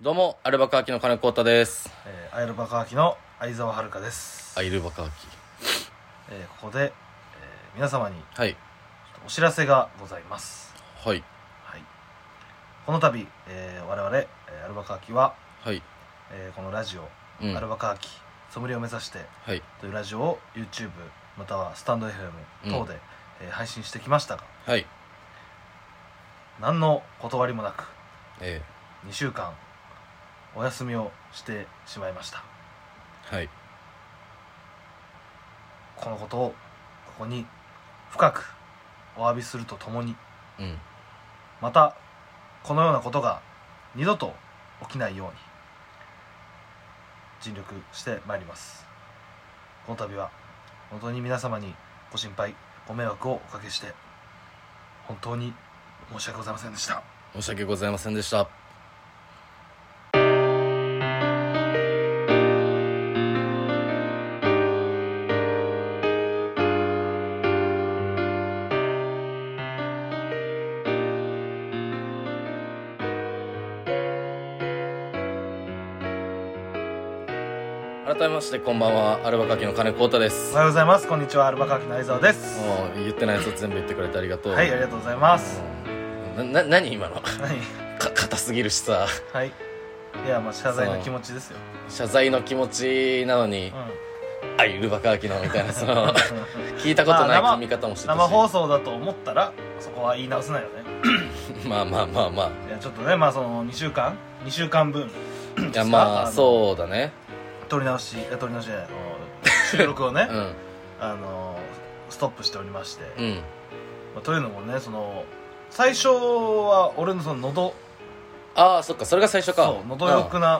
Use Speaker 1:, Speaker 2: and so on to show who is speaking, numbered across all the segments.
Speaker 1: どうもアルバカーキの金子太です。
Speaker 2: アイルバカーキの相沢遥です。
Speaker 1: アイルバカーキ、
Speaker 2: ここで、皆様に
Speaker 1: はい
Speaker 2: ちょっとお知らせがございます。
Speaker 1: はい
Speaker 2: はい、この度、我々、アルバカーキは、
Speaker 1: はい
Speaker 2: このラジオ、
Speaker 1: うん
Speaker 2: アルバカーキソムリエを目指して
Speaker 1: はい
Speaker 2: というラジオを YouTube またはスタンド FM 等で、配信してきましたが、
Speaker 1: はい
Speaker 2: 何の断りもなく
Speaker 1: え
Speaker 2: 2週間お休みをしてしまいました。
Speaker 1: はい
Speaker 2: このことをここに深くお詫びするとともに、
Speaker 1: うん
Speaker 2: またこのようなことが二度と起きないように尽力してまいります。この度は本当に皆様にご心配ご迷惑をおかけして本当に申し訳ございませんでした。
Speaker 1: 申し訳ございませんでした。改めましてこんばんは、アルバカーキの金子太で
Speaker 2: お
Speaker 1: す。
Speaker 2: はようございます。こんにちは。アルバカーキの相沢です。
Speaker 1: もう言ってないやつを全部言ってくれてありがとう。
Speaker 2: はい、ありがとうございます。
Speaker 1: 何今の
Speaker 2: はい
Speaker 1: 硬すぎるしさ、
Speaker 2: はい、いや、まあ謝罪の気持ちですよ。
Speaker 1: 謝罪の気持ちなのに、
Speaker 2: うん
Speaker 1: アイルバカーキのみたいなその聞いたことない
Speaker 2: まあ
Speaker 1: 噛み方もしてたし、
Speaker 2: 生放送だと思ったらそこは言い直せないよね。
Speaker 1: まあまあまあまあ、
Speaker 2: いやちょっとね、まあその2週間分
Speaker 1: いやまあそうだね。
Speaker 2: 撮り直しじゃない収録をね、
Speaker 1: うん
Speaker 2: ストップしておりまして、
Speaker 1: うん
Speaker 2: まあ、というのもね、その最初は俺のその喉、
Speaker 1: ああそっか、それが最初か。
Speaker 2: そう喉よくな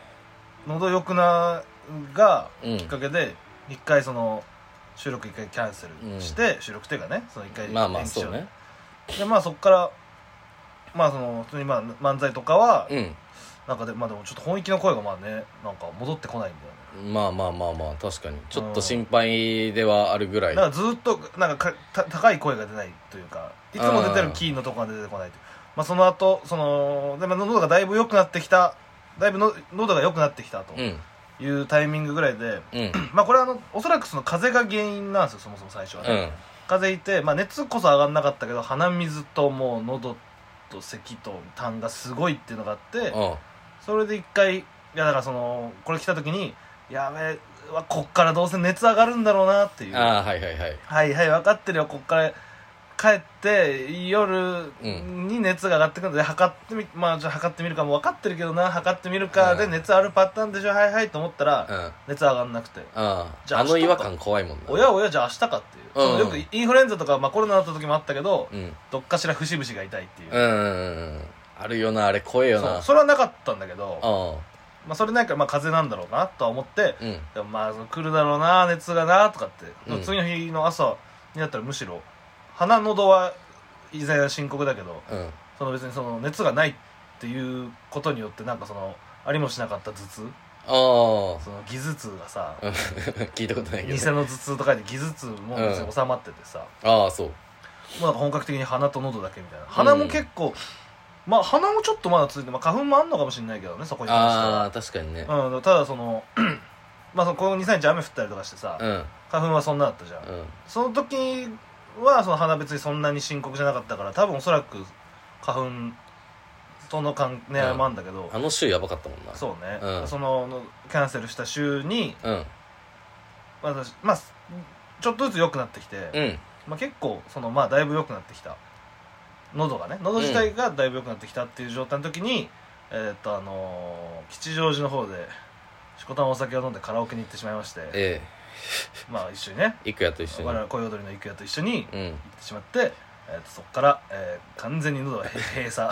Speaker 2: が
Speaker 1: うん
Speaker 2: きっかけで一回その収録一回キャンセルして、収録っていうかね、その一回
Speaker 1: まあまあ
Speaker 2: 延期しよ
Speaker 1: そうね。
Speaker 2: でまあそっからまあその普通にまあ漫才とかは
Speaker 1: うん
Speaker 2: なんかで、まあでもちょっと本域の声がまあねなんか戻ってこないんだよね。
Speaker 1: まあまあまあまあ確かにちょっと心配ではあるぐらい。
Speaker 2: だからずっとなんか高い声が出ないというか、いつも出てるキーのとこが出てこないという。まあその後そのでも喉がだいぶ良くなってきた、だいぶの喉が良くなってきたと
Speaker 1: うん
Speaker 2: いうタイミングぐらいで、
Speaker 1: うん
Speaker 2: まあこれはおそらくその風邪が原因なんですよ、そもそも最初はね。
Speaker 1: うん
Speaker 2: 風邪いて、まあ熱こそ上がんなかったけど鼻水ともう喉と咳と痰がすごいっていうのがあって、それで一回、いやだからそのこれ来た時にやべえ、こっからどうせ熱上がるんだろうなっていう、
Speaker 1: ああはいはいはい
Speaker 2: はいはい分かってるよ、こっから帰って夜に熱が上がってくるので測ってみ、まあじゃあ測ってみるかも分かってるけどな、測ってみるかで熱あるパターンでしょ、はいはいと思ったら、
Speaker 1: うん
Speaker 2: 熱上がんなくて、
Speaker 1: あ
Speaker 2: じゃあ
Speaker 1: あの違和感怖いもんな。
Speaker 2: おやおやじゃあ明日かっていう、そのよくインフルエンザとか、まあ、コロナだった時もあったけど、
Speaker 1: うん
Speaker 2: どっかしら節々が痛いっていう、
Speaker 1: うんあるよな、あれ怖えよな。
Speaker 2: それはなかったんだけど、
Speaker 1: あ
Speaker 2: まあ、それないからまあ風邪なんだろうなとは思って、
Speaker 1: うん
Speaker 2: でもまあ来るだろうな熱がなとかって、
Speaker 1: うん
Speaker 2: 次の日の朝になったらむしろ鼻喉は依然深刻だけど、
Speaker 1: うん
Speaker 2: その別にその熱がないっていうことによってなんかそのありもしなかった頭痛、
Speaker 1: あ
Speaker 2: その義頭痛がさ、
Speaker 1: あ聞いたことないけど。
Speaker 2: 偽の頭痛とかで義頭痛も別に収まっててさ、
Speaker 1: ああそう。
Speaker 2: もうなんか本格的に鼻と喉だけみたいな。鼻も結構、まあ鼻もちょっとまだ続いて、まあ、花粉もあんのかもしれないけどね、そこに関して
Speaker 1: ああ
Speaker 2: は。
Speaker 1: 確かにね。
Speaker 2: うん、ただそのまあそのこの 2,3 日雨降ったりとかしてさ、
Speaker 1: うん
Speaker 2: 花粉はそんなだったじゃん、
Speaker 1: うん
Speaker 2: その時はその鼻別にそんなに深刻じゃなかったから、多分おそらく花粉との関連もあるんだけど、
Speaker 1: あの週やばかったもんな。
Speaker 2: そうね、
Speaker 1: うん
Speaker 2: そのキャンセルした週に
Speaker 1: うん
Speaker 2: 私まあちょっとずつ良くなってきて、
Speaker 1: うん
Speaker 2: まあ、結構そのまあだいぶ良くなってきた、喉がね、喉自体がだいぶ良くなってきたっていう状態の時に、吉祥寺の方でしこたまお酒を飲んでカラオケに行ってしまいまして、
Speaker 1: え
Speaker 2: まあ一緒にね、
Speaker 1: え幾夜と一緒に。
Speaker 2: 我々恋踊りの郁也と一緒に
Speaker 1: うん
Speaker 2: 行ってしまって、そこから、完全に喉が閉鎖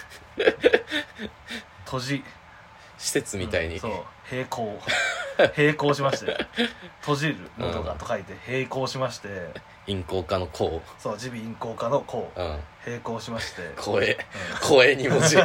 Speaker 2: 閉じ、
Speaker 1: 施設みたいに。
Speaker 2: そう閉口しまして閉じる喉がと書いて閉口しまして、
Speaker 1: 陰行家のこ
Speaker 2: そう耳鼻咽喉科の口
Speaker 1: う。うん
Speaker 2: 閉口しまして、
Speaker 1: 怖え怖え2文字。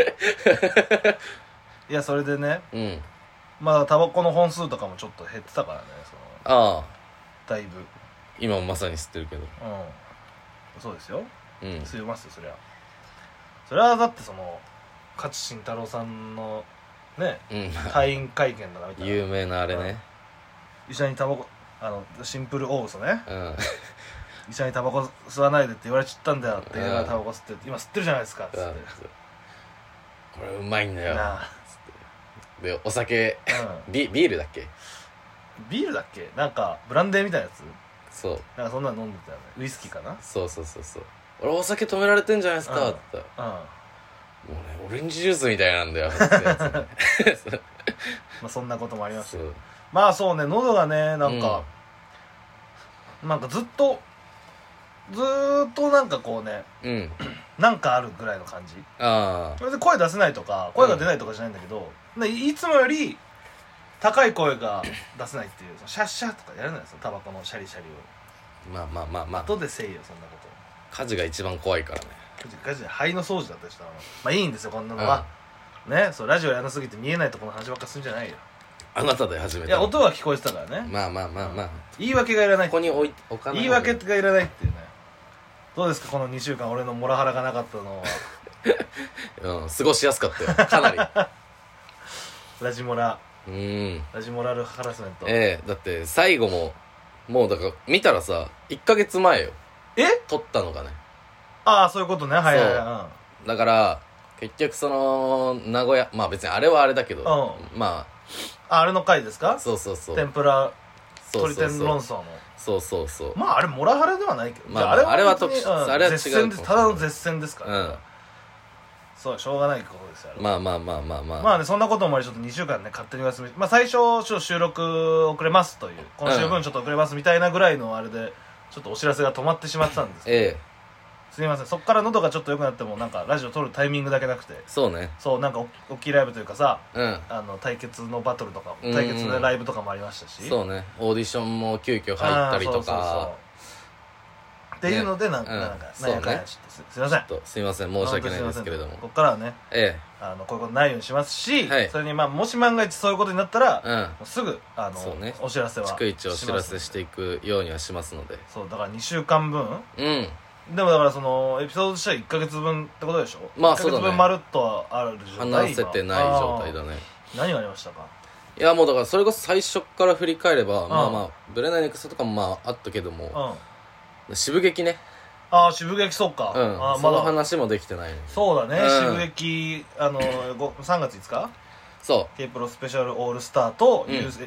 Speaker 2: いやそれでね、
Speaker 1: うん
Speaker 2: まあタバコの本数とかもちょっと減ってたからね、その
Speaker 1: ああ
Speaker 2: だいぶ、
Speaker 1: 今もまさに吸ってるけど。
Speaker 2: そうですよ、
Speaker 1: うん
Speaker 2: 吸いますよ、そりゃだってその勝新太郎さんのね
Speaker 1: うん
Speaker 2: 退院会見とか見たら
Speaker 1: 有名なあれね、
Speaker 2: 医者にタバコシンプル大嘘ね
Speaker 1: うん
Speaker 2: 医者にタバコ吸わないでって言われちゃったんだよって言いながらタバコ吸って今吸ってるじゃないですかっつって
Speaker 1: これうまいんだよ
Speaker 2: なあ
Speaker 1: でお酒ビールだっけ
Speaker 2: ビールだっけなんかブランデーみたいなやつ
Speaker 1: そう
Speaker 2: なんかそんなの飲んでたよねウイスキーかな
Speaker 1: そう俺お酒止められてんじゃないですかって言ったら
Speaker 2: うん
Speaker 1: もうねオレンジジュースみたいなんだよってやつね
Speaker 2: まあそんなこともあります
Speaker 1: そう
Speaker 2: まあそうね喉がねなんかずっとなんかこうね
Speaker 1: うん
Speaker 2: なんかあるぐらいの感じ
Speaker 1: あ
Speaker 2: それで声出せないとか声が出ないとかじゃないんだけど、いつもより高い声が出せないっていうシャッシャッとかやらないですよタバコのシャリシャリを
Speaker 1: あまあ
Speaker 2: 後でせいよそんなこと
Speaker 1: 火事が一番怖いからね
Speaker 2: ガチで肺の掃除だったりしたらまあいいんですよこんなのは、ねそうラジオやらなすぎて見えないところの話ばっかするんじゃないよ
Speaker 1: あなたで始めた
Speaker 2: いや音は聞こえてたからね
Speaker 1: まあ
Speaker 2: 言い訳がいらない
Speaker 1: ここに置かない
Speaker 2: 言い訳がいらないっていうねどうですかこの2週間俺のモラハラがなかったのは
Speaker 1: 過ごしやすかったよかなり
Speaker 2: ラジモラ
Speaker 1: うん
Speaker 2: ラジモラルハラスメント
Speaker 1: だって最後ももうだから見たらさ1ヶ月前よ撮ったのがね
Speaker 2: ああそういうことねはいはいは
Speaker 1: だから結局その名古屋まあ別にあれはあれだけどま
Speaker 2: あれの回ですか
Speaker 1: あそう
Speaker 2: 天ぷら
Speaker 1: そう
Speaker 2: 鶏天論争の
Speaker 1: そう
Speaker 2: まああれモラハラではないけど、
Speaker 1: まああれは特殊あれは違う
Speaker 2: 絶戦ですただの絶戦ですから、
Speaker 1: うん
Speaker 2: そうしょうがないことですよ
Speaker 1: まあ
Speaker 2: まあねそんなこともありちょっと2週間ね勝手にお休みまあ最初ちょっと収録遅れますという今週分ちょっと遅れますみたいなぐらいのあれでちょっとお知らせが止まってしまってたんですけど、すみませんそっから喉がちょっと良くなってもなんかラジオ撮るタイミングだけなくて
Speaker 1: そうね
Speaker 2: そうなんか大きいライブというかさ
Speaker 1: うん
Speaker 2: 対決のバトルとか
Speaker 1: うん
Speaker 2: 対決のライブとかもありましたし
Speaker 1: そうねオーディションも急遽入ったりとか
Speaker 2: っていうのでなんか
Speaker 1: そうね
Speaker 2: なんやちょっとすいません
Speaker 1: すいません申し訳ないですけれども
Speaker 2: ここからはねこういうことないようにしますしそれにもし万が一そういうことになったらもうすぐ
Speaker 1: そうね
Speaker 2: お知らせは
Speaker 1: 逐一お知らせしていくようにはしますので
Speaker 2: そうだから2週間分
Speaker 1: うん
Speaker 2: でもだからそのエピソードとしては1ヶ月分ってことでしょ
Speaker 1: まあそうだね
Speaker 2: 1ヶ月分まるっとある状態
Speaker 1: 話せてない状態だね
Speaker 2: 何がありましたか
Speaker 1: いやもうだからそれこそ最初から振り返ればまあブレないネクストとかもまああったけども渋劇ね
Speaker 2: 渋劇そうか
Speaker 1: その話もできてないね
Speaker 2: そうだね渋劇3月5日
Speaker 1: そう
Speaker 2: K プロスペシャルオールスターと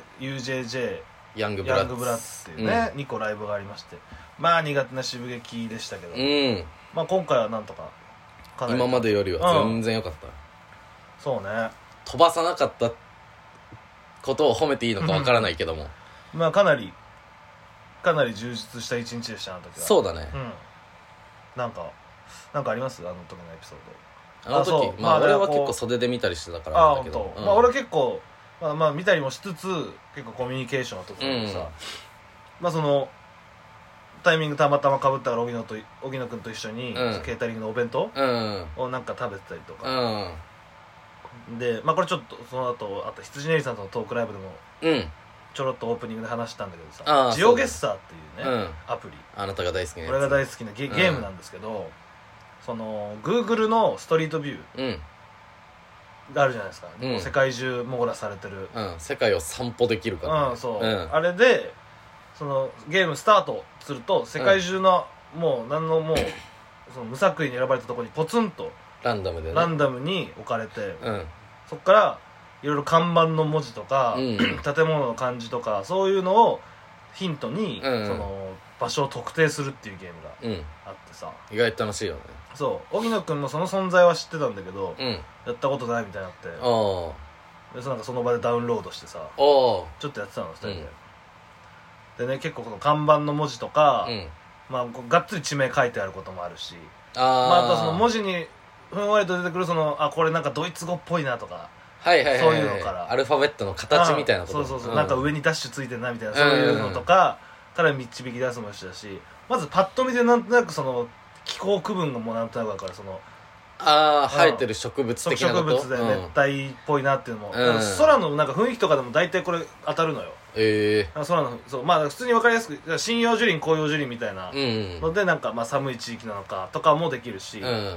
Speaker 2: UJJ
Speaker 1: ヤングブ
Speaker 2: ヤ
Speaker 1: ラッツ
Speaker 2: ングブラッツっていうね2個ライブがありましてまあ苦手な渋劇でしたけどまあ今回はなんとか
Speaker 1: 今までよりは全然良かった
Speaker 2: そうね
Speaker 1: 飛ばさなかったことを褒めていいのかわからないけども
Speaker 2: まあかなり充実した一日でしたあの時は
Speaker 1: そうだね
Speaker 2: なんかありますあの時のエピソー
Speaker 1: ドあの時まあ俺は結構袖で見たりしてたからだけど
Speaker 2: まあ俺結構まあ見たりもしつつ結構コミュニケーションの時とかさまあそのタイミングたまたま被ったから荻野君と一緒にケータリングのお弁当をなんか食べてたりとかでまあこれちょっとその後あと羊ねりさんとのトークライブでもちょろっとオープニングで話したんだけどさジオゲッサーっていうねアプリ
Speaker 1: あなたが大好きなやつ
Speaker 2: 俺が大好きなゲームなんですけどその Google のストリートビューがあるじゃないですか世界中網羅されてる
Speaker 1: 世界を散歩できるから
Speaker 2: そうあれでそのゲームスタートすると世界中のもう何のもうその無作為に選ばれたところにポツンと
Speaker 1: ランダムでね
Speaker 2: ランダムに置かれてそっからいろいろ看板の文字とか建物の漢字とかそういうのをヒントにその場所を特定するっていうゲームがあってさ
Speaker 1: 意外と楽しいよね
Speaker 2: そう荻野君もその存在は知ってたんだけどやったことないみたいになってでなんかその場でダウンロードしてさちょっとやってたの2人ででね結構この看板の文字とかまあがっつり地名書いてあることもあるしまああとその文字にふんわりと出てくるそのこれなんかドイツ語っぽいなとかそういうのから
Speaker 1: アルファベットの形みたいなこと
Speaker 2: そうなんか上にダッシュついてるなみたいなそういうのとかから導き出すもしたしまずパッと見でなんとなくその気候区分がもうなんとなくだからその
Speaker 1: 生えてる植物的なこと
Speaker 2: 植物で熱帯っぽいなっていうのも空のなんか雰囲気とかでも大体これ当たるのよ空のそうまあ普通に分かりやすく針葉樹林紅葉樹林みたいなのでなんかまあ寒い地域なのかとかもできるし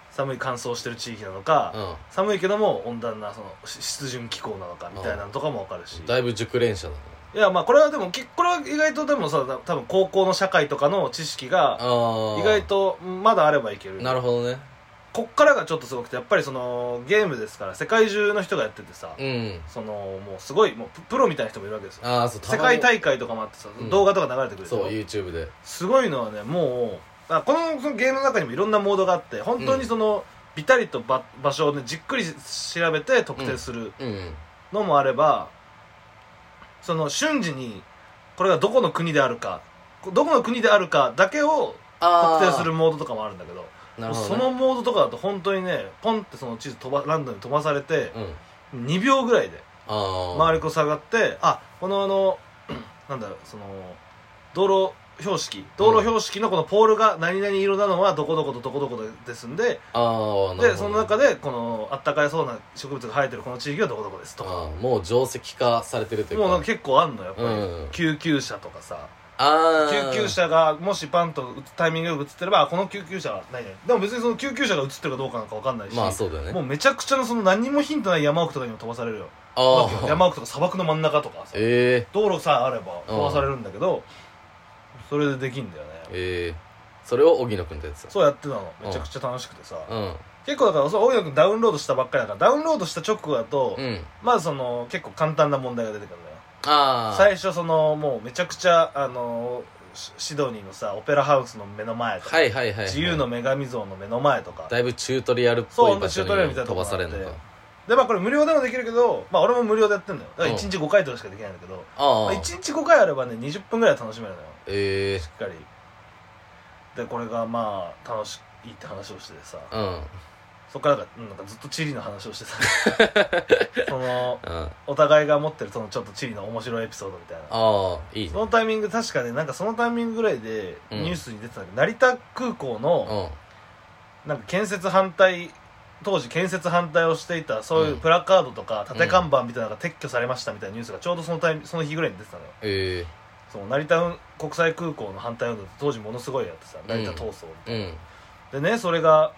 Speaker 2: 寒い乾燥してる地域なのか、寒いけども温暖なその湿潤気候なのかみたいなのとかも分かるし、
Speaker 1: だいぶ熟練者だね。
Speaker 2: いやまあこれはでもこれは意外とでもさ多分高校の社会とかの知識が意外とまだあればいける。
Speaker 1: なるほどね。
Speaker 2: こっからがちょっとすごくて、やっぱりそのゲームですから世界中の人がやっててさ、そのもうすごいもうプロみたいな人もいるわけですよ。
Speaker 1: そう
Speaker 2: 世界大会とかもあってさ、動画とか流れてくるでしょ。
Speaker 1: そう YouTube です
Speaker 2: ごいのはね、もうこのゲームの中にもいろんなモードがあって、本当にその、ビタリと場所をねじっくり調べて特定するのもあれば、その瞬時にこれがどこの国であるかだけを特定するモードとかもあるんだけど、そのモードとかだと本当にね、ポンってその地図ランダムに飛ばされて、2秒ぐらいで周りこう下がって、このなんだろう、その道路標識のこのポールが何々色なのはどこどことどこどこですんで、でその中でこのあったかいそうな植物が生えてるこの地域はどこどこですとか、
Speaker 1: もう定石化されてるというか、
Speaker 2: もう結構あんのやっぱり、救急車とかさ、救急車がもしパンとタイミングよく映ってれば、この救急車は何々でも別にその救急車が映ってるかどうかなんか分かんないし、
Speaker 1: そうだよね。
Speaker 2: もうめちゃくちゃのその何にもヒントない山奥とかにも飛ばされるよ。山奥とか砂漠の真ん中とかさ、道路さえあれば飛ばされるんだけど、それでできんだよね。
Speaker 1: それを荻野くんってやつ
Speaker 2: そうやってたの。めちゃくちゃ楽しくてさ、結構だから荻野くんダウンロードしたばっかりだから、ダウンロードした直後だと、まずその結構簡単な問題が出てくるんだよ。最初そのもうめちゃくちゃシドニーのさオペラハウスの目の前とか、自由の女神像の目の前とか、
Speaker 1: だいぶチュートリアルっぽい場所に飛ばされるのか。
Speaker 2: でこれ無料でもできるけど、俺も無料でやってんだよ。だから1日5回とかしかできないんだけど、1日5回あればね20分ぐらい楽しめるのよ。しっかり。でこれがまあ楽しいって話をしててさ、そっからなんかずっとチリの話をしてたその、お互いが持ってるそのちょっとチリの面白いエピソードみたいな、いいね。そのタイミング確かね、なんかそのタイミングぐらいでニュースに出てたんだけど、成田空港のなんか当時建設反対をしていたそういうプラカードとか縦看板みたいなのが撤去されましたみたいなニュースがちょうどその日ぐらいに出てたのよ。その成田国際空港の反対運動って当時ものすごいやってさ、成田闘争みたいな、でね、それが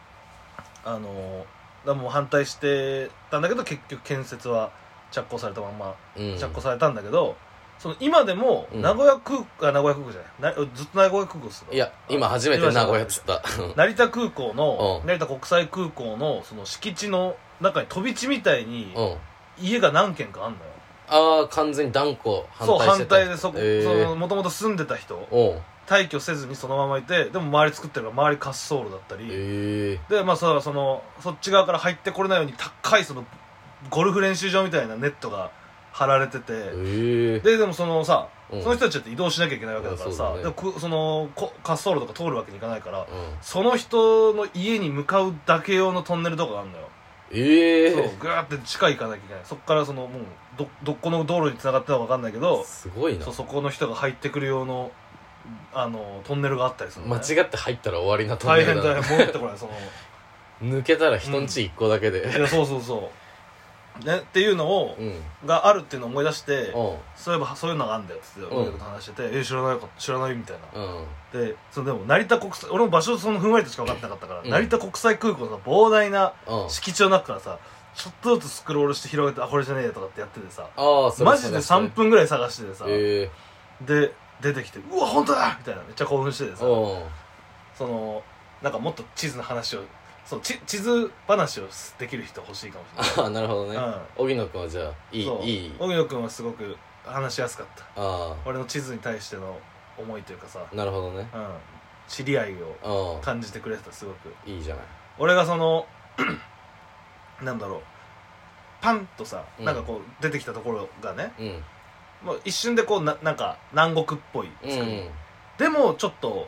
Speaker 2: もう反対してたんだけど、結局建設は着工されたまんま着工されたんだけど、その今でも名古屋空港じゃない、ずっと名古屋空港っすよ。
Speaker 1: いや今初めて名古屋っつった。
Speaker 2: 成田空港の成田国際空港のその敷地の中に飛び地みたいに家が何軒かあんのよ。
Speaker 1: 完全に断固反対してた。
Speaker 2: そう、反対でそのもともと住んでた人退去せずにそのままいて、でも周り作ってるから周り滑走路だったり、でそっち側から入ってこれないように高いそのゴルフ練習場みたいなネットが張られてて、でもそのさ、その人たちだって移動しなきゃいけないわけだからさ、でその滑走路とか通るわけにいかないから、その人の家に向かうだけ用のトンネルとかがあるのよ。そうグーって地下行かなきゃいけない。そっからそのもうどこの道路に繋がってるのか分かんないけど、
Speaker 1: すごいな。
Speaker 2: そこの人が入ってくる用のトンネルがあったりするの、ね、
Speaker 1: 間違って入ったら終わりなトンネルだ。
Speaker 2: 大変戻ってこないその
Speaker 1: 抜けたら人んち1個だけで、
Speaker 2: いやそうねっていうのを、があるっていうのを思い出して、そういえばそういうのがあるんだよって音楽と話してて、知らないみたいな、ででも成田国際、俺も場所そのふんわりとしか分かってなかったから、成田国際空港の膨大な敷地の中からさ、ちょっとずつスクロールして広げて、これじゃねえとかってやっててさ、マジで3分ぐらい探しててさ、で出てきて、うわ本当だみたいな、めっちゃ興奮しててさ、そのなんかもっと地図の話を、地図話をできる人欲しいかもしれない。
Speaker 1: なるほどね。荻野くんはじゃあいい
Speaker 2: 荻野くんはすごく話しやすかった。俺の地図に対しての思いというかさ、
Speaker 1: なるほどね。
Speaker 2: 知り合いを感じてくれてた。すごく
Speaker 1: いいじゃない。
Speaker 2: 俺がそのなんだろう、パンとさ、なんかこう出てきたところがね、もう一瞬でこうなんか南国っぽい作り、でもちょっと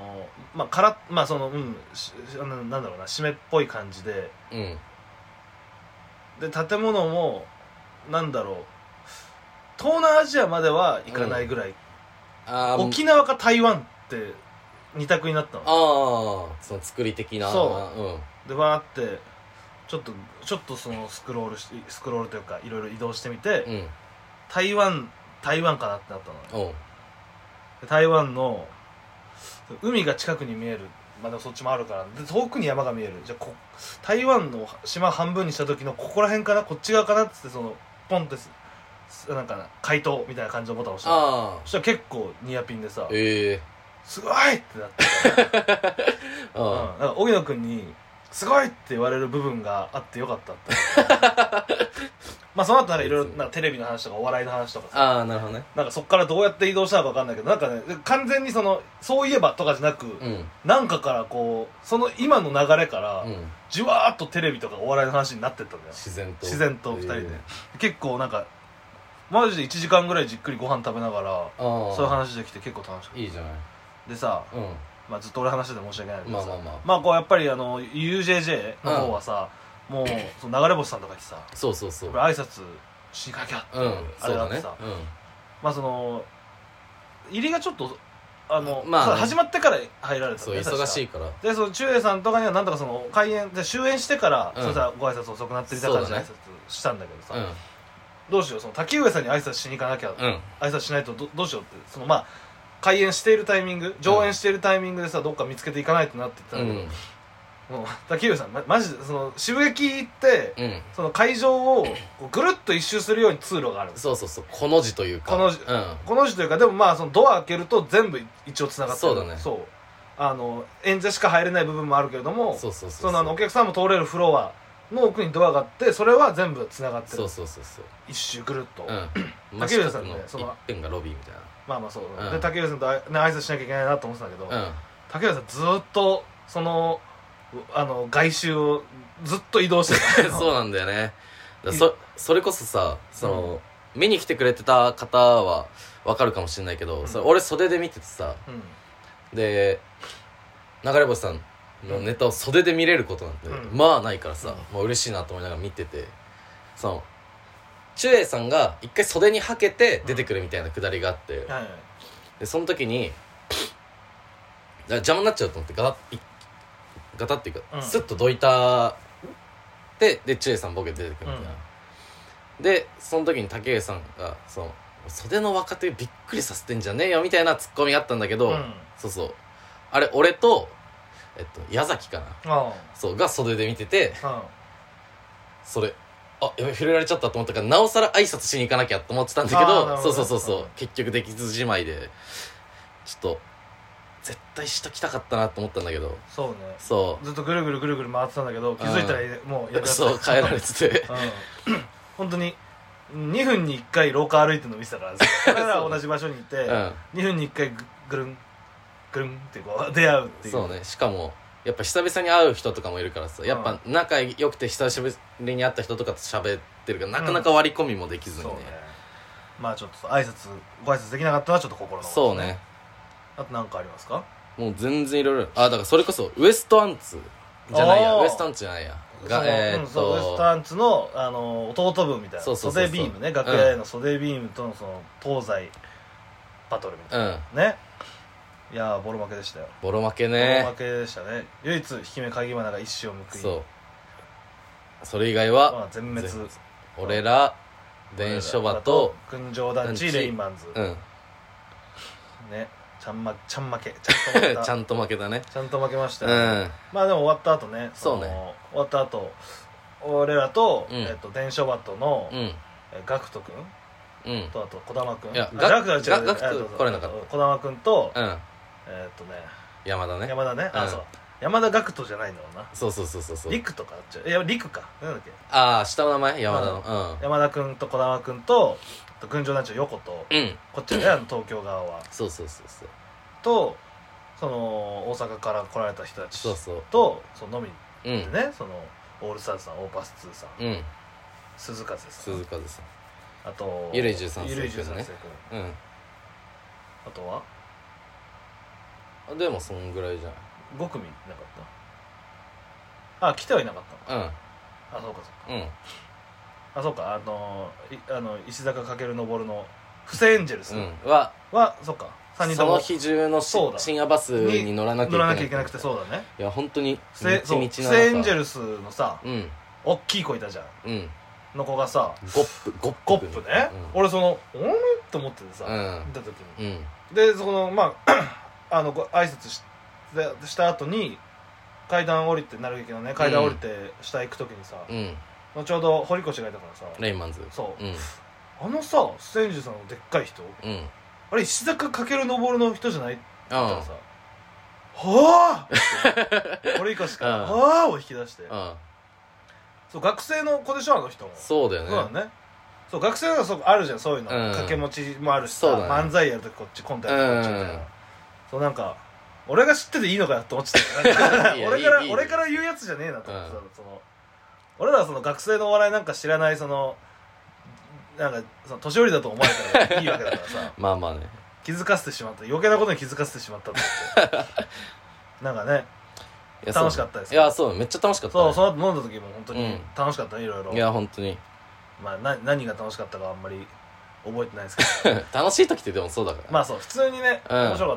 Speaker 2: なんだろうな、湿っぽい感じで、で建物もなんだろう、東南アジアまでは行かないぐらい、沖縄か台湾って二択になったの。
Speaker 1: その作り的な。
Speaker 2: でわーってちょっとそのスクロールというかいろいろ移動してみて、台湾かなってなったの。台湾の海が近くに見えるまあでもそっちもあるからで遠くに山が見えるじゃあ台湾の島半分にした時のここら辺かなこっち側かなっつってそのポンってなんか回答みたいな感じのボタンを押したそしたら結構ニアピンでさすごいってなってなんか荻野くんにすごいって言われる部分があってよかったってまあその後なんかいろいろテレビの話とかお笑いの話とか
Speaker 1: さなるほどね
Speaker 2: なんかそっからどうやって移動したのか分かんないけどなんかね完全にそういえばとかじゃなく、なんかからこうその今の流れから、じわーっとテレビとかお笑いの話になってったんだよ自然と2人で、結構なんかマジで1時間ぐらいじっくりご飯食べながらそういう話できて結構楽しかった。
Speaker 1: いいじゃない
Speaker 2: でさ、まあずっと俺話してて申し訳ないけどさ
Speaker 1: まあ
Speaker 2: こうやっぱりUJJ の方はさ、もうその流れ星さんとか来てさ
Speaker 1: そう
Speaker 2: 挨拶しに行かなきゃってあれがあってさ、まあその入りがちょっと始まってから入られた
Speaker 1: そう忙しいから
Speaker 2: でその中英さんとかにはなんとかその開演で終演してからそしたらご挨拶遅くなってみたいな感じで挨拶したんだけどさどうしようその滝上さんに挨拶しに行かなきゃ挨拶しないとどうしようってそのまあ開演しているタイミング上演しているタイミングでさどっか見つけていかないとなって言ったんだけどもう滝上さんマジでその渋駅行って、その会場をぐるっと一周するように通路がある
Speaker 1: そうこの字というか
Speaker 2: この字というかでもまあそのドア開けると全部一応つながってる
Speaker 1: そうだね
Speaker 2: 演者しか入れない部分もあるけれども
Speaker 1: そ
Speaker 2: のお客さんも通れるフロアの奥にドアがあってそれは全部つながってる一周ぐるっと
Speaker 1: 竹上さんの一辺がロビーみたいな
Speaker 2: まあそうで竹上さんと挨拶しなきゃいけないなと思ってたけど竹上さんずっとその外周をずっと移動してた
Speaker 1: そうなんだよねそれこそさ見に来てくれてた方は分かるかもしれないけど俺袖で見ててさで流れ星さんのネタを袖で見れることなんてまあないからさもう嬉しいなと思いながら見てて中英さんが一回袖にはけて出てくるみたいなくだりがあってでその時に邪魔になっちゃうと思ってガタっていうかスッとどいたで中英さんボケて出てくるみたいなでその時に竹上さんが袖の若手びっくりさせてんじゃねえよみたいなツッコミがあったんだけどあれ俺と矢崎かなが袖で見ててそれやべ触れられちゃったと思ったからなおさら挨拶しに行かなきゃと思ってたんだけど結局できずじまいでちょっと絶対しときたかったなと思ったんだけど
Speaker 2: ずっとぐるぐる回ってたんだけど気づいたらもうや
Speaker 1: 帰られてて
Speaker 2: 本当に2分に1回廊下歩いてるの見てたから俺ら同じ場所にいて2分に1回ぐるんってこう出会うっていう
Speaker 1: そうねしかもやっぱ久々に会う人とかもいるからさやっぱ仲良くて久しぶりに会った人とかと喋ってるからなかなか割り込みもできずにね
Speaker 2: まあちょっとご挨拶できなかったのはちょっと心の
Speaker 1: そうね
Speaker 2: あと何かありますか
Speaker 1: もう全然いろいろだからそれこそウエストアンツじゃないやウエストアンツじゃないや
Speaker 2: ウエストアンツの弟分みたいな袖ビームね楽屋への袖ビームとの東西バトルみたいなねいやボロ負けでしたよ
Speaker 1: ボロ負けね
Speaker 2: ボロ負けでしたね唯一引き目鍵花が一矢を報い
Speaker 1: それ以外は
Speaker 2: 全滅
Speaker 1: 俺ら伝書バと
Speaker 2: 群青団地レインマンズねちゃん負け
Speaker 1: ちゃんと負けたね
Speaker 2: ちゃんと負けましたよまあでも終わった後ね
Speaker 1: 終
Speaker 2: わった後俺らと伝書バトのガクト君とあと児玉君
Speaker 1: ガクト来れなかった
Speaker 2: 児玉君と
Speaker 1: 山田ね
Speaker 2: そう山田ガクトじゃないんだろうな
Speaker 1: そう
Speaker 2: リクとかいやリクかなんだっけ
Speaker 1: 下の名前山田の
Speaker 2: 山田君と児玉君と群青団地の横とこっちね東京側はと大阪から来られた人たちと飲みでねオールスターズさんオーパス2さん鈴風さんあと
Speaker 1: ゆるい13世
Speaker 2: 君あとは
Speaker 1: でもそんぐらいじゃない
Speaker 2: 5組なかった来てはいなかったのそうか石坂翔の布施エンジェルスはそうか3人とも
Speaker 1: その日中の深夜バスに乗らなきゃいけなくて
Speaker 2: そうだね
Speaker 1: いや本当に
Speaker 2: 布施エンジェルスのさ大きい子いたじゃんの子がさ
Speaker 1: ゴップ
Speaker 2: ね俺って思っててさ見た時にで挨拶でした後に階段降りて、なる劇のね階段降りて下行く時にさ、ちょうど堀越がいたからさ、
Speaker 1: レイマンズ、
Speaker 2: そう、あのさ千住さんのでっかい人、あれ石坂翔登の人じゃないって言ったらさ、はぁ堀越からはぁを引き出して、そう学生の子でしょあの人も。
Speaker 1: そうだよね。
Speaker 2: そうだね。そう学生のそうあるじゃん、そういうの、掛け持ちもあるしさ、漫才やるときこっちコントやるときこっちみたいな、そうなんか俺が知ってていいのかよって思ってた俺から言うやつじゃねえなと思ってた、その俺らはその学生のお笑いなんか知らない、そのなんかその年寄りだと思われたらいいわけだからさ
Speaker 1: まあまあね、
Speaker 2: 気づかせてしまった、余計なことに気づかせてしまったと思ってなんかね楽しかったです。
Speaker 1: いやそうめっちゃ楽しかった、ね、
Speaker 2: そうその後飲んだ時も本当に楽しかったね、いろいろ。
Speaker 1: いや本当に
Speaker 2: まあ何が楽しかったかあんまり覚えてないですけど
Speaker 1: 楽しい時ってでもそうだから、
Speaker 2: まあそう普通にね、面白かった。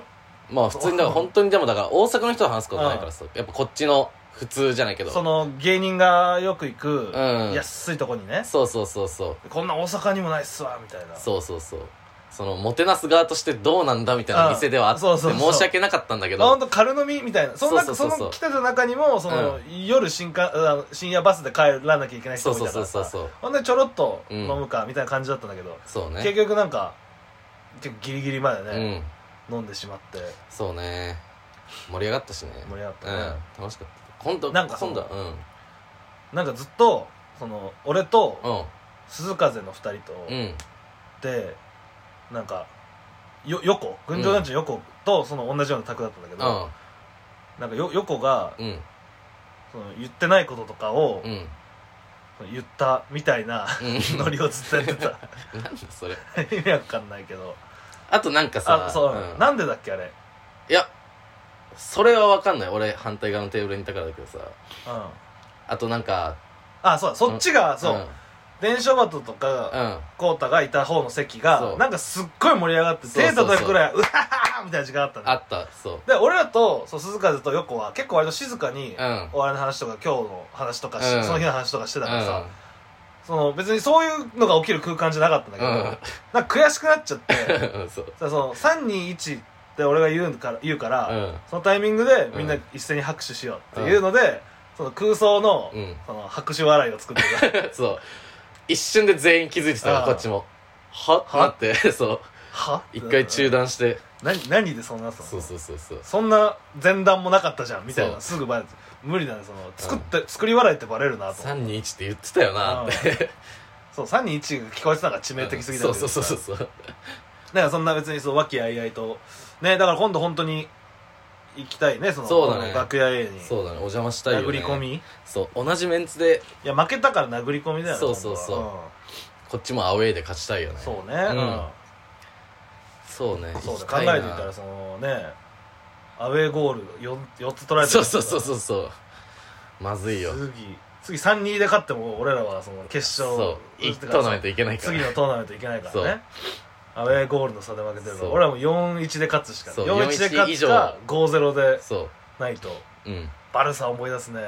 Speaker 1: まあ普通にだから本当にでもだから大阪の人と話すことないからさ、やっぱこっちの普通じゃないけど、
Speaker 2: その芸人がよく行く安いとこにね、
Speaker 1: そう
Speaker 2: こんな大阪にもないっすわみたいな、
Speaker 1: そうそのもてなす側としてどうなんだみたいな店ではあって申し訳なかったんだけど、
Speaker 2: ほんと軽飲みみたいな、その来てた中にもその、夜深夜バスで帰らなきゃいけない人もいたからさ、ほんでちょろっと飲むかみたいな感じだったんだけど、
Speaker 1: そうね、
Speaker 2: 結局なんか結構ギリギリまでね、飲んでしまって、
Speaker 1: そうね盛り上がったしね、
Speaker 2: 盛り上がったね、
Speaker 1: 楽しかった。今度
Speaker 2: なんかなんかずっとその俺と鈴風の2人とでなんか横群青団地の横とその同じような卓だったんだけど、なんか横がその言ってないこととかを言ったみたいなノリをずっとやってた
Speaker 1: なんだそれ
Speaker 2: 意味わかんないけど、
Speaker 1: あとなんかさ、
Speaker 2: なんでだっけあれ。
Speaker 1: いやそれは分かんない、俺反対側のテーブルにいたからだけどさ、あとなんか
Speaker 2: そうそっちがそう伝書バトとかコウタがいた方の席がなんかすっごい盛り上がって手叩くくらいうわーみたいな時間あったね。
Speaker 1: あった。そう
Speaker 2: で俺らと鈴風と横は結構割と静かにお笑いの話とか今日の話とかその日の話とかしてたからさ、その別にそういうのが起きる空間じゃなかったんだけど、なんか悔しくなっちゃってその321って俺が言うから、そのタイミングでみんな一斉に拍手しようっていうので、その空想のその拍手笑いを作ってた
Speaker 1: そう一瞬で全員気づいてたから、こっちもはってそう一回中断して、
Speaker 2: 何でそんなさ、
Speaker 1: そう
Speaker 2: そんな前段もなかったじゃんみたいな、すぐバレて無理だね、その作り笑いってバレるなと思って。
Speaker 1: 321って言ってたよなって
Speaker 2: そう321が聞こえてたのが致命的すぎたんだけど、
Speaker 1: そうだ
Speaker 2: からそんな別にそう和気あいあいとね、だから今度本当に行きたいね、その
Speaker 1: そうだね
Speaker 2: 楽屋 A に。
Speaker 1: そうだね、お邪魔したいよね。
Speaker 2: 殴り込み、
Speaker 1: そう同じメンツで、
Speaker 2: いや負けたから殴り込みだよね。
Speaker 1: そう、こっちもアウェーで勝ちたいよね。
Speaker 2: そうね、
Speaker 1: そうね、
Speaker 2: そうだ、考えてみたらそのねアウェーゴール 4つ取られてる。
Speaker 1: そうまずいよ。
Speaker 2: 次 3-2 で勝っても俺らはその決勝、
Speaker 1: そう1トーナメントいけないから、
Speaker 2: 次のトーナメントいけないからね。アウェーゴールの差で負けてるから、俺らも 4-1 で勝つしかない。4-1で勝つか 5-0 でないと。バルサ思い出すね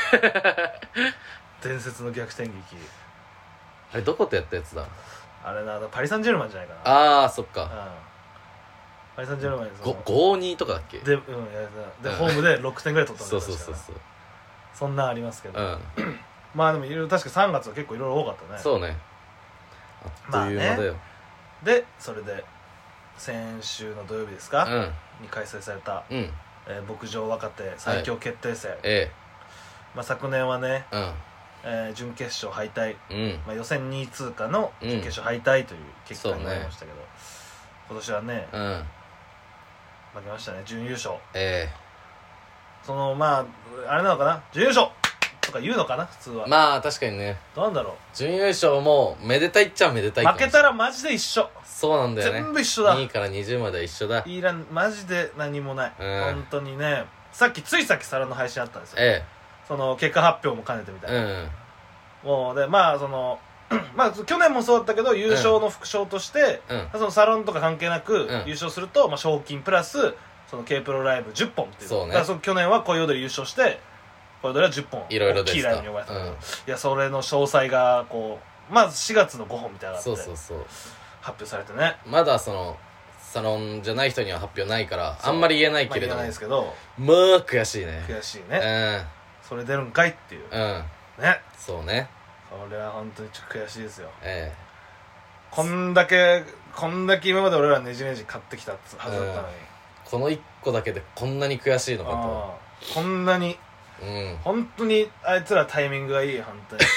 Speaker 2: 伝説の逆転劇。
Speaker 1: あれどことやったやつだ
Speaker 2: あれな、パリ・サンジェルマンじゃないかな。
Speaker 1: ああそっか、
Speaker 2: パリ・サンジェルマンに
Speaker 1: 5-2とかだっけ
Speaker 2: で、ホームで6点ぐらい取ったんだよ。
Speaker 1: そう
Speaker 2: そんなんありますけど、まあでもいろいろ確か3月は結構いろいろ多かったね。
Speaker 1: そうね、あっという間だよ。
Speaker 2: でそれで先週の土曜日ですか、に開催された牧場若手最強決定戦、昨年はね、準決勝敗退、予選2位通過の準決勝敗退という結果になりましたけど、今年はね、負けましたね、準優勝。そのまああれなのかな、準優勝とか言うのかな普通は。
Speaker 1: まあ確かにね、
Speaker 2: どうなんだろう。
Speaker 1: 準優勝もめでたいっちゃめでたい。
Speaker 2: 負けたらマジで一緒。
Speaker 1: そうなんだよね、
Speaker 2: 全部一緒だ。
Speaker 1: 2位から20までは一緒だ。
Speaker 2: いらん、マジで何もない、本当にね。ついさっき皿の配信あったんですよ、その結果発表も兼ねてみたいな、もうでまあそのまあ去年もそうだったけど優勝の副賞として、そのサロンとか関係なく優勝すると、賞金プラスその K プロライブ10本っていう。
Speaker 1: そうね、
Speaker 2: だから去年は恋踊り優勝して恋踊りは10本
Speaker 1: いろいろ
Speaker 2: 大きいライブに呼ばれたけど、いやそれの詳細がこうまず4月の5本みたいなのがあって発表されてね。
Speaker 1: まだそのサロンじゃない人には発表ないからあんまり言えないけれども、
Speaker 2: 言えないですけど、
Speaker 1: まあ悔しいね。
Speaker 2: 悔しいね。それ出るんかいっていう。ね。
Speaker 1: そうね。
Speaker 2: これは本当にちょっと悔しいですよ。
Speaker 1: こ
Speaker 2: んだけ今まで俺らねじねじ買ってきたはずだったのに、
Speaker 1: この1個だけでこんなに悔しいのか
Speaker 2: と。こんなに、本当にあいつらタイミングがいい、本当に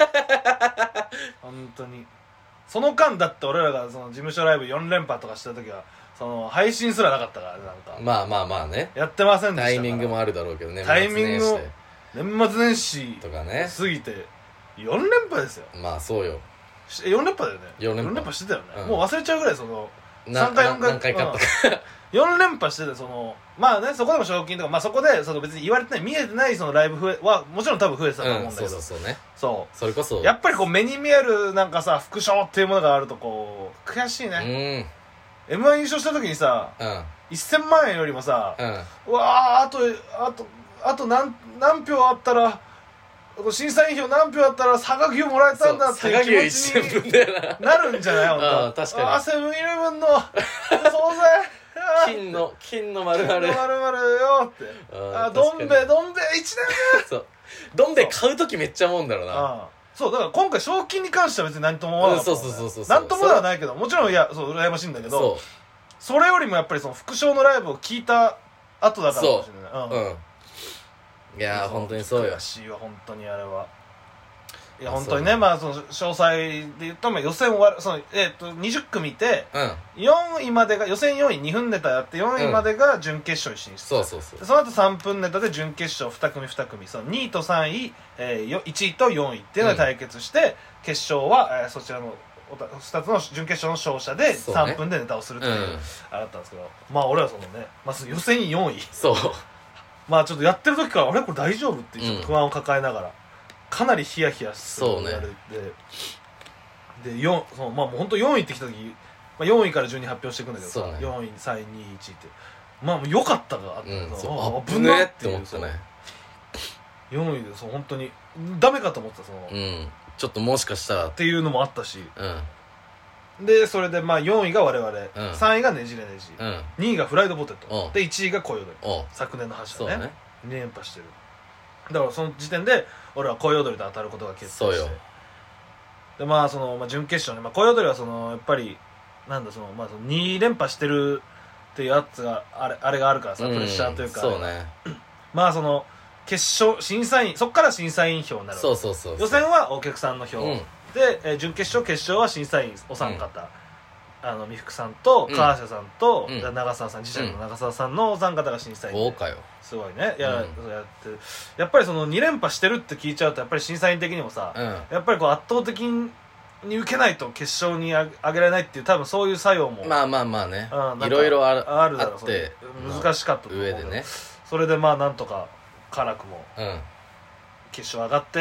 Speaker 2: 本当に。その間だって俺らがその事務所ライブ4連覇とかした時はその配信すらなかったからね。なんか
Speaker 1: まあね、
Speaker 2: やってませんでしたから。
Speaker 1: タイミングもあるだろうけどね。
Speaker 2: タイミングを年末年始
Speaker 1: とかね
Speaker 2: 過ぎて4連覇ですよ。
Speaker 1: まあそうよ。
Speaker 2: 4連覇だよね。
Speaker 1: 4連
Speaker 2: 覇してたよね、もう忘れちゃうぐらいその
Speaker 1: 3回4回何回かあったか
Speaker 2: 4連覇してて、そのまあね、そこでも賞金とか、まあそこでその別に言われてない見えてないそのライブはもちろん多分増えてたと思うんだけど、
Speaker 1: そうね。
Speaker 2: そう
Speaker 1: それこそ
Speaker 2: やっぱりこう目に見えるなんかさ副賞っていうものがあるとこう悔しいね。M1 優勝した時にさ、1000万円よりもさ、うわああと何票あったら審査員票何票あったら佐賀牛もらえたんだっていう気持ちになるんじゃない？本当。
Speaker 1: 確かに。
Speaker 2: セブンイレブンの総
Speaker 1: 菜金の丸々
Speaker 2: よってどん兵衛1年目
Speaker 1: そうどん兵衛買う時めっちゃ思うんだろうな。
Speaker 2: そうだから今回賞金に関しては別に何とも思わなかった。
Speaker 1: そう
Speaker 2: 何ともではないけど、もちろんそう羨ましいんだけど、それよりもやっぱりその副賞のライブを聞いた後だからかもしれない。
Speaker 1: いやー本当にそうよ。
Speaker 2: 悔しいわ本当にあれは。いや本当にね、まあその詳細で言うと予選終わるその20組いて、4位までが予選4位2分ネタやって4位までが準決勝に進出。その後3分ネタで準決勝2組その2位と3位、1位と4位っていうので対決して、決勝は、そちらの2つの準決勝の勝者で3分でネタをするというあれだったんですけど、まあ俺はそのね、まず予選4位まあちょっとやってる時からあれこれ大丈夫ってちょっと不安を抱えながら、かなりヒヤヒヤするやれて、でまあもう本当4位ってきた時、まあ、4位から順に発表していくんだけどさ、4位3位2位1位ってまあもう良かったがあって
Speaker 1: 危ねえって思ったね。
Speaker 2: 4位で本当にダメかと思ってた
Speaker 1: ちょっともしかしたら
Speaker 2: っていうのもあったし、でそれでまあ4位が我々、3位がねじれねじ、2位がフライドポテトで1位が恋踊り、昨年の覇者ね、2連覇してる。だからその時点で俺は恋踊りと当たることが決定して、でまあその、準決勝ね、恋踊りはそのやっぱりなんだその、まあ、その2連覇してるっていうやつがあれがあるからさ、プレッシャーというか、まあその決勝審査員そっから審査員票になる。予選はお客さんの票、で準決勝決勝は審査員お三方、美福さんと川瀬さんと、長澤さん、自社の長澤さんのお三方が審査員で、すごいねやってる。やっぱりその2連覇してるって聞いちゃうとやっぱり審査員的にもさ、やっぱりこう圧倒的に受けないと決勝に上げられないっていう多分そういう作用も
Speaker 1: まあね、いろいろあるだろうって
Speaker 2: 難しかったと思うけど、それでまあなんとか辛くも決勝上がって、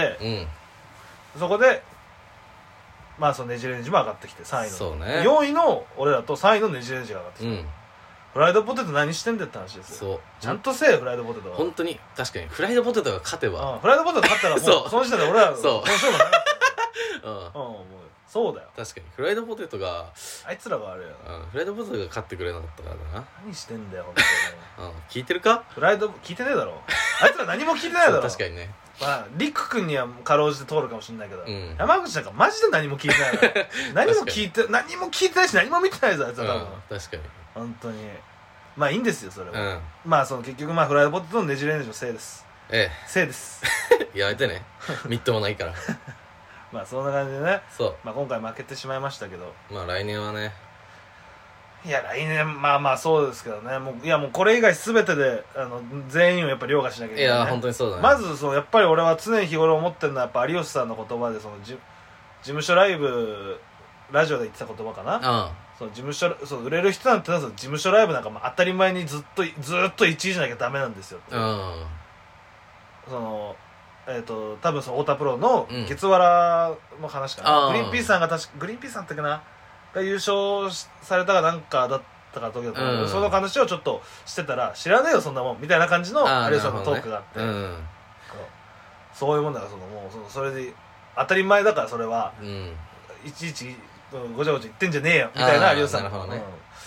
Speaker 2: そこでまあそのねじれねじも上がってきて3位の、4位の俺らと3位のねじれねじが上がってきて、フライドポテト何してんでって話ですよ。ちゃんとせえフライドポテトは。
Speaker 1: 本当に確かにフライドポテトが勝てば、
Speaker 2: フライドポテト勝ったらもうその時点で俺らこの勝負なかったもうそうだよ。
Speaker 1: 確かにフライドポテトが
Speaker 2: あいつらが悪いよ。
Speaker 1: フライドポテトが勝ってくれなかったからだな。
Speaker 2: 何してんだよ本当に。
Speaker 1: 聞いてるか？
Speaker 2: フライド聞いてねえだろ。あいつら何も聞いてないだろ。
Speaker 1: 確かにね。
Speaker 2: まあリク君にはかろうじて通るかもしれないけど、山口なんかマジで何も聞いてないから何も聞いてないし何も見てないぞあいつは多分。
Speaker 1: 確かに
Speaker 2: 本当にまあいいんですよそれは。まあその結局まあフライドポテトのねじれねじのせいです。せいです
Speaker 1: やめてねみっともないから
Speaker 2: まあそんな感じでね、まあ今回負けてしまいましたけど、
Speaker 1: まあ来年はね、
Speaker 2: いや来年まあそうですけどね、もうこれ以外全てで全員をやっぱ凌駕しなきゃいけない、ね、
Speaker 1: いや本当にそうだね。
Speaker 2: まずやっぱり俺は常日頃思ってるのはやっぱ有吉さんの言葉で事務所ライブラジオで言ってた言葉かな。事務所売れる人なんて事務所ライブなんか当たり前にずっと1位じゃなきゃダメなんですよって。多分太田プロの月原の話かな、グリーンピースさんがグリーンピースさんだったっけなが優勝されたかなんかだったか時だったの、その話をちょっとしてたら知らねえよそんなもんみたいな感じの有吉さんのトークがあって、そういうもんだからもうそれで当たり前だからそれは、いちいちごちゃごちゃ言ってんじゃねえよみたいな有吉さんの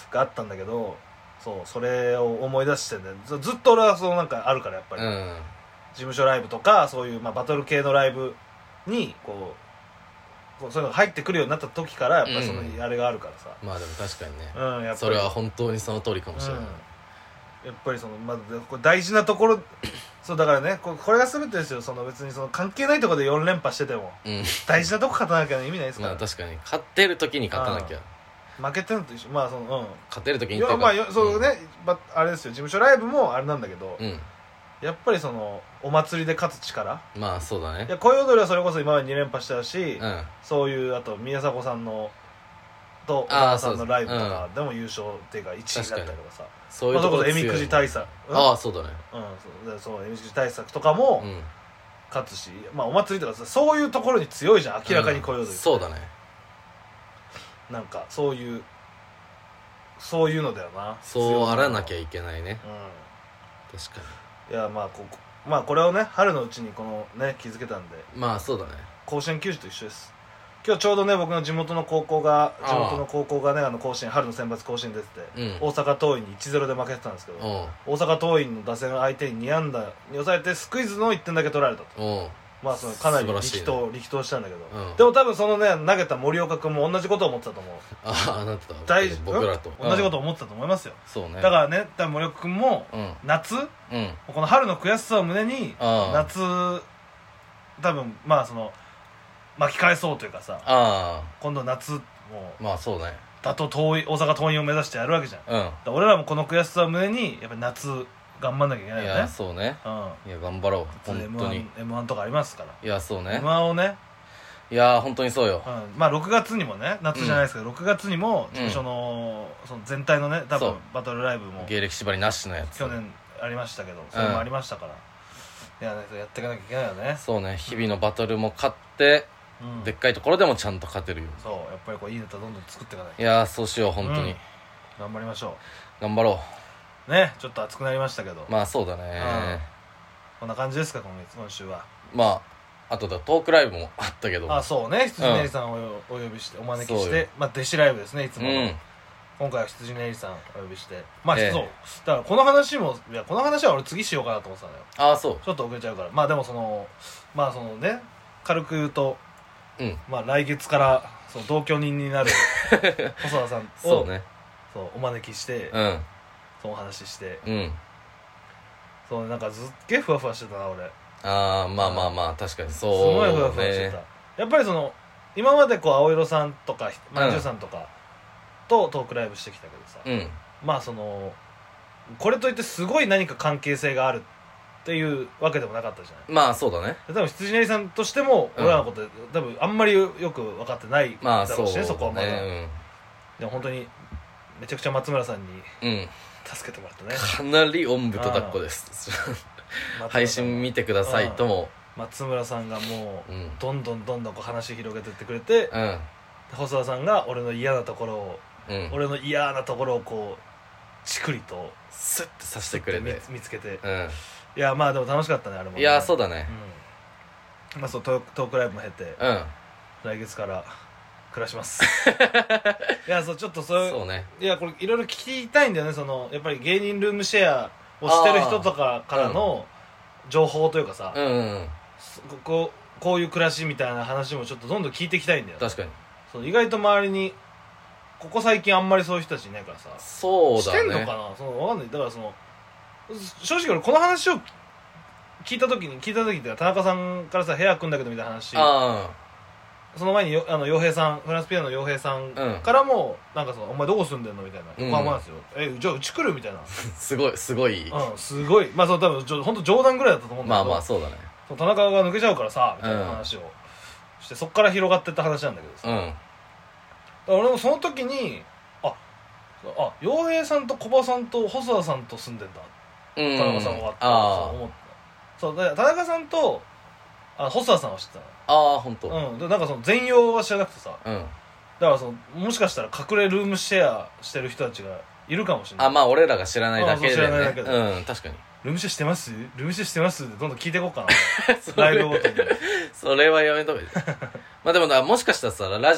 Speaker 2: があったんだけど、そうそれを思い出してね、ずっと俺はそのなんかあるからやっぱり、事務所ライブとかそういう、まあ、バトル系のライブにこうそういうのが入ってくるようになった時からやっぱりそのあれがあるからさ、
Speaker 1: まあでも確かにね、
Speaker 2: やっぱり
Speaker 1: それは本当にその通りかもしれない、
Speaker 2: やっぱりその、まあ、これ大事なところそうだからね、これが全てですよ。その別にその関係ないところで4連覇してても、大事なとこ勝たなきゃ意味ないですから。
Speaker 1: まあ確かに勝ってる時に勝たなきゃ、
Speaker 2: 負けてるのと一緒。まあその
Speaker 1: 勝てる時に
Speaker 2: っていうか、まあそうね、あれですよ、事務所ライブもあれなんだけど、やっぱりそのお祭りで勝つ力、
Speaker 1: まあそうだね。
Speaker 2: いや恋踊りはそれこそ今まで2連覇したし、そういうあと宮迫さんのと小沢さんのライブとかでも優勝っていうか1位だったりとかさ、そういうところでえみくじ対策、
Speaker 1: そうだね、
Speaker 2: そうえみくじ対策とかも勝つし、まあお祭りとかさ、そういうところに強いじゃん、明らかに恋踊り、
Speaker 1: そうだね。
Speaker 2: なんかそういうのだよな。
Speaker 1: そうあらなきゃいけないね。確か
Speaker 2: に。いやまあこれをね春のうちにこのね気づけたんで、
Speaker 1: まあそうだね。
Speaker 2: 甲子園球児と一緒です。今日ちょうどね僕の地元の高校がね甲子園春の選抜甲子園出てて、大阪桐蔭に 1-0 で負けてたんですけど、大阪桐蔭の打線相手に2安打に抑えてスクイズの1点だけ取られたと。まあそのかなり力投したんだけど、でも多分そのね投げた森岡君も同じことを思ってたと思う。
Speaker 1: なってた。
Speaker 2: 僕らと同じことを思ってたと思いますよ。
Speaker 1: そうね。
Speaker 2: だからね、多分森岡君も夏、この春の悔しさを胸に夏多分まあその巻き返そうというかさ、今度夏も
Speaker 1: まあそうね、
Speaker 2: 大阪桐蔭を目指してやるわけじゃん。俺らもこの悔しさを胸にやっぱり夏頑張んなきゃいけないよね。
Speaker 1: いやそうね、いや頑張ろう本当に。
Speaker 2: M1 とかありますから。
Speaker 1: いやそうね、
Speaker 2: M1 をね、
Speaker 1: いや本当にそうよ。
Speaker 2: まあ6月にもね、夏じゃないですけど6月にも事務所のその全体のね多分バトルライブも
Speaker 1: 芸歴縛りなしのやつ
Speaker 2: 去年ありましたけど、それもありましたから、いややっていかなきゃいけないよね。
Speaker 1: そうね、日々のバトルも勝ってでっかいところでもちゃんと勝てるよ。
Speaker 2: そうやっぱりこういいネタどんどん作っていかないと。
Speaker 1: いやそうしよう本当に、
Speaker 2: 頑張りましょ
Speaker 1: う。頑張ろ
Speaker 2: うね。ちょっと熱くなりましたけど、
Speaker 1: まあそうだね、
Speaker 2: こんな感じですか今週は。
Speaker 1: まああとだトークライブもあったけど、
Speaker 2: そうね、羊ねりさんをお呼びしてお招きして、まあ弟子ライブですねいつもの。今回は羊ねりさんお呼びして、まあそうだからこの話は俺次しようかなと思ってたのよ。
Speaker 1: そう
Speaker 2: ちょっと遅れちゃうから。まあでもそのね軽く言うと、まあ来月からその同居人になる細田さんをそうお招きして、そのお話しして、そうなんかすっげえふわふわしてたな俺。
Speaker 1: まあ確かにそう、
Speaker 2: すごいふわふわしてた。やっぱりその今までこう青色さんとかまんじゅうさんとかとトークライブしてきたけどさ、まあそのこれといってすごい何か関係性があるっていうわけでもなかったじゃない。
Speaker 1: まあそうだね。
Speaker 2: 多分羊ねりさんとしても俺らのこと多分あんまりよく分かってないだろうしね、そこはまだ。でも本当にめちゃくちゃ松村さんに助けてもらったね。
Speaker 1: かなりおんぶと抱っこです配信見てくださいとも
Speaker 2: 松村さんがもうどんどんこう話広げてってくれて、細田さんが俺の嫌なところをこうちくりと
Speaker 1: スッてさせてくれて
Speaker 2: 見つけて、いやまあでも楽しかったねあれもね。
Speaker 1: いやそうだね、
Speaker 2: まあそうトークライブも経て、来月から暮らしますいやそうちょっとそうね、いやこれいろいろ聞きたいんだよね。そのやっぱり芸人ルームシェアをしてる人とかからの情報というかさ、こういう暮らしみたいな話もちょっとどんどん聞いていきたいんだよ。
Speaker 1: 確かに
Speaker 2: そう意外と周りにここ最近あんまりそういう人たちいないからさ。
Speaker 1: そうだね、
Speaker 2: してんのかな、その分かんない。だからその正直俺この話を聞いた時っていうか田中さんからさ部屋組んだけどみたいな話、その前に洋平さんフランスピアノの洋平さんからもなんかそのお前どこ住んでんのみたいな、横浜なんですよ、じゃあうち来るみたいな
Speaker 1: すごいすごい
Speaker 2: まあそう多分本当冗談ぐらいだったと思うんだけど、
Speaker 1: まあそうだね、
Speaker 2: 田中が抜けちゃうからさみたいな話をして、そっから広がってった話なんだけどさ、俺もその時に洋平さんと小葉さんと細田さんと住んでんだ、田中さんが思った。そう田中さんと細田さんは知ってたの。
Speaker 1: 本当。
Speaker 2: でなんかその全容は知らなくてさ、だからそのもしかしたら隠れルームシェアしてる人たちがいるかもしれない。
Speaker 1: まあ俺らが知らないだけでね。
Speaker 2: 知らないだけで、
Speaker 1: 確かに
Speaker 2: ルームシェアしてますってどんどん聞いていこうかなライブごとに
Speaker 1: それはやめとけまあでももしかしたらさラジオ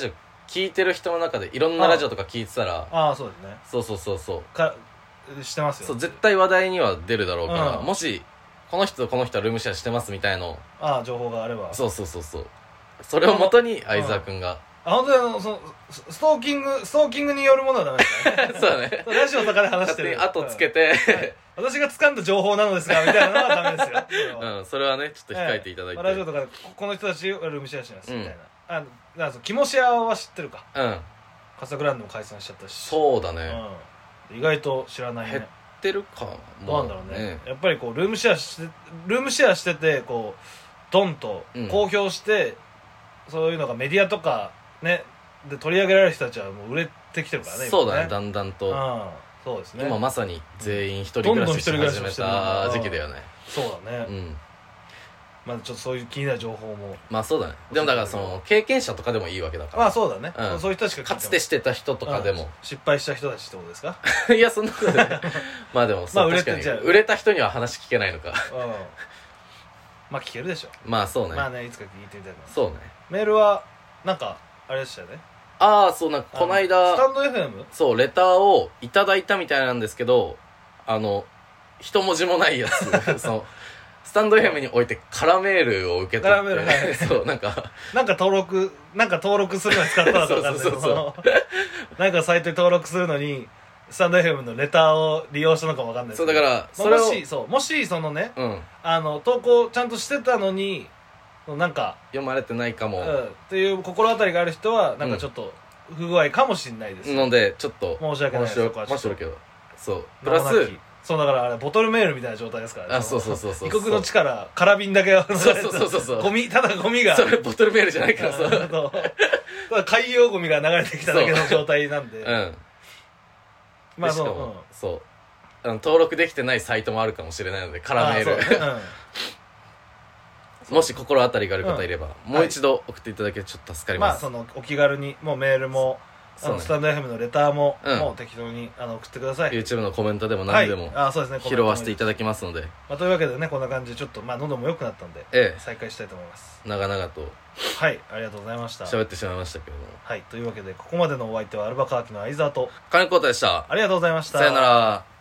Speaker 1: 聞いてる人の中でいろんなラジオとか聞いてたら
Speaker 2: ああそうですね
Speaker 1: そう
Speaker 2: してますよ、
Speaker 1: そう絶対話題には出るだろうから、
Speaker 2: うん
Speaker 1: もしこの人とこの人はルームシェアしてますみたいの
Speaker 2: 情報があれば
Speaker 1: そうそれをもとに相沢君が
Speaker 2: 本当にストーキングによるものはダメですからね
Speaker 1: そうだね
Speaker 2: ラジオとかで話してる
Speaker 1: 後つけて、
Speaker 2: 私が掴んだ情報なのですがみたいなのはダメですよ
Speaker 1: それはねちょっと控えていただいて、
Speaker 2: ラジオとかでこの人たちはルームシェアしますみたいな、だからキモシェアは知ってるか。カサグランドも解散しちゃったし。
Speaker 1: そうだね、
Speaker 2: 意外と知らないね。
Speaker 1: 減ってるか
Speaker 2: どうなんだろうね。やっぱりこうルームシェアしててこうドンと公表して、そういうのがメディアとかねで取り上げられる人たちはもう売れてきてるからね。
Speaker 1: そうだね、だんだんと、
Speaker 2: そうですね。
Speaker 1: 今まさに全員一人暮らしし始めた時期だよね。
Speaker 2: そうだね。まあちょっとそういう気になる情報も
Speaker 1: まあそうだね。でもだからその経験者とかでもいいわけだから。
Speaker 2: まあそうだね、そういう人しか
Speaker 1: かつてしてた人とかでも、
Speaker 2: 失敗した人たちってことですか？
Speaker 1: いやそんなことないまあでもそう確かに売れた人には話聞けないのか
Speaker 2: まあ聞けるでしょ。
Speaker 1: まあそうね。
Speaker 2: まあねいつか聞いてみたいな。
Speaker 1: そうね。
Speaker 2: メールはなんかあれでしたよね。
Speaker 1: そうなんかこの間
Speaker 2: スタンド FM？
Speaker 1: そうレターをいただいたみたいなんですけど、一文字もないやつそのスタンド FM においてカラメールを受け取って、カラメール、はい、そうなんか登録するのに使ったのか分かんないけどなんかサイトに登録するのにスタンド FM のレターを利用したのかも分かんないですけど、 そうだからそれ
Speaker 2: をもしそのね、投稿ちゃんとしてたのになんか
Speaker 1: 読まれてないかも、
Speaker 2: っていう心当たりがある人はなんかちょっと不具合かもしれないです、
Speaker 1: のでちょっと
Speaker 2: 申し訳ないです。
Speaker 1: 申し訳ないけど、そうプラス
Speaker 2: そうだからあれボトルメールみたいな状態ですからね。
Speaker 1: そう
Speaker 2: 異国の地から空瓶だけを
Speaker 1: そう
Speaker 2: ゴミ、ただゴミが
Speaker 1: それボトルメールじゃないからさ
Speaker 2: ただ海洋ゴミが流れてきただけの状態なんで
Speaker 1: まあしかもそう登録できてないサイトもあるかもしれないのでカラメールもし心当たりがある方いればもう一度送っていただけるとちょっと助かります。
Speaker 2: まあお気軽にもうメールもスタンド FM のレターももう適当に送ってください。
Speaker 1: YouTube のコメントでも何でも拾わせていただきますので、
Speaker 2: というわけでねこんな感じでちょっと喉も良くなったんで再開したいと思います。
Speaker 1: 長々と
Speaker 2: はいありがとうございました。
Speaker 1: 喋ってしまいましたけども、
Speaker 2: はいというわけでここまでのお相手はアルバカーキの相沢と
Speaker 1: 金子太でした。
Speaker 2: ありがとうございました。
Speaker 1: さよなら。